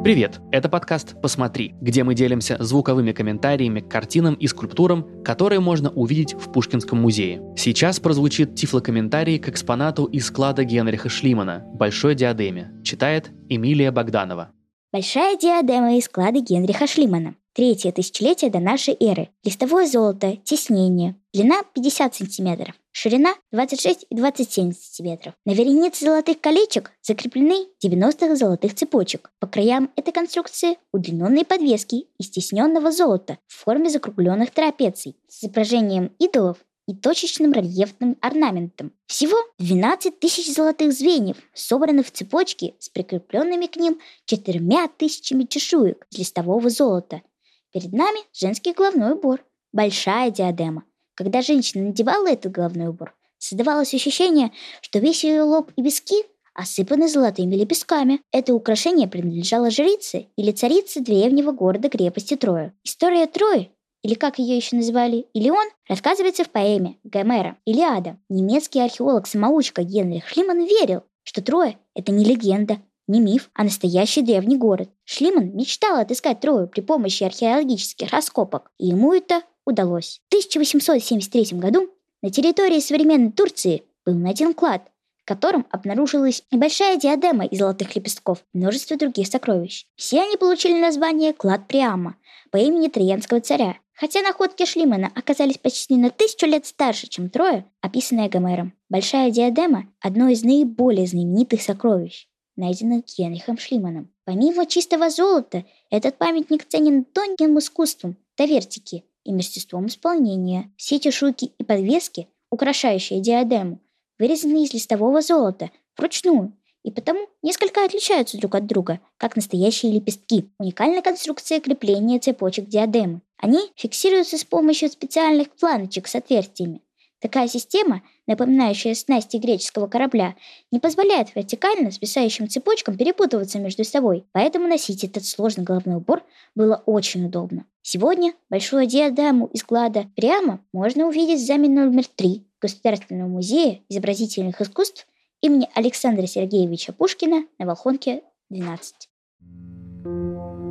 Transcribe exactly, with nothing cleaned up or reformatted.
Привет! Это подкаст «Посмотри», где мы делимся звуковыми комментариями к картинам и скульптурам, которые можно увидеть в Пушкинском музее. Сейчас прозвучит тифлокомментарий к экспонату из склада Генриха Шлимана «Большой диадеме». Читает Эмилия Богданова. Большая диадема из склада Генриха Шлимана. Третье тысячелетие до нашей эры. Листовое золото, тиснение. Длина пятьдесят сантиметров. Ширина двадцать шесть и двадцать семь сантиметров. На веренице золотых колечек закреплены девяносто золотых цепочек. По краям этой конструкции удлиненные подвески из тисненного золота в форме закругленных трапеций с изображением идолов и точечным рельефным орнаментом. Всего двенадцать тысяч золотых звеньев собраны в цепочки с прикрепленными к ним четырьмя тысячами чешуек из листового золота. Перед нами женский головной убор, большая диадема. Когда женщина надевала этот головной убор, создавалось ощущение, что весь ее лоб и виски осыпаны золотыми лепестками. Это украшение принадлежало жрице или царице древнего города-крепости Троя. История Трои, или как ее еще называли, Илион, рассказывается в поэме Гомера «Илиада». Немецкий археолог-самоучка Генрих Шлиман верил, что Троя – это не легенда, не миф, а настоящий древний город. Шлиман мечтал отыскать Трою при помощи археологических раскопок, и ему это удалось. В тысяча восемьсот семьдесят третьем году на территории современной Турции был найден клад, в котором обнаружилась небольшая диадема из золотых лепестков и множество других сокровищ. Все они получили название «Клад Приама» по имени троянского царя. Хотя находки Шлимана оказались почти на тысячу лет старше, чем Троя, описанная Гомером. Большая диадема – одно из наиболее знаменитых сокровищ, найденных Генрихом Шлиманом. Помимо чистого золота, этот памятник ценен тонким искусством, доверчики и мастерством исполнения. Все чешуйки и подвески, украшающие диадему, вырезаны из листового золота вручную и потому несколько отличаются друг от друга, как настоящие лепестки. Уникальная конструкция крепления цепочек диадемы. Они фиксируются с помощью специальных планочек с отверстиями. Такая система, напоминающая снасти греческого корабля, не позволяет вертикально свисающим цепочкам перепутываться между собой, поэтому носить этот сложный головной убор было очень удобно. Сегодня большую диадему из клада Приама можно увидеть в зале номер три Государственного музея изобразительных искусств имени Александра Сергеевича Пушкина на Волхонке, двенадцать.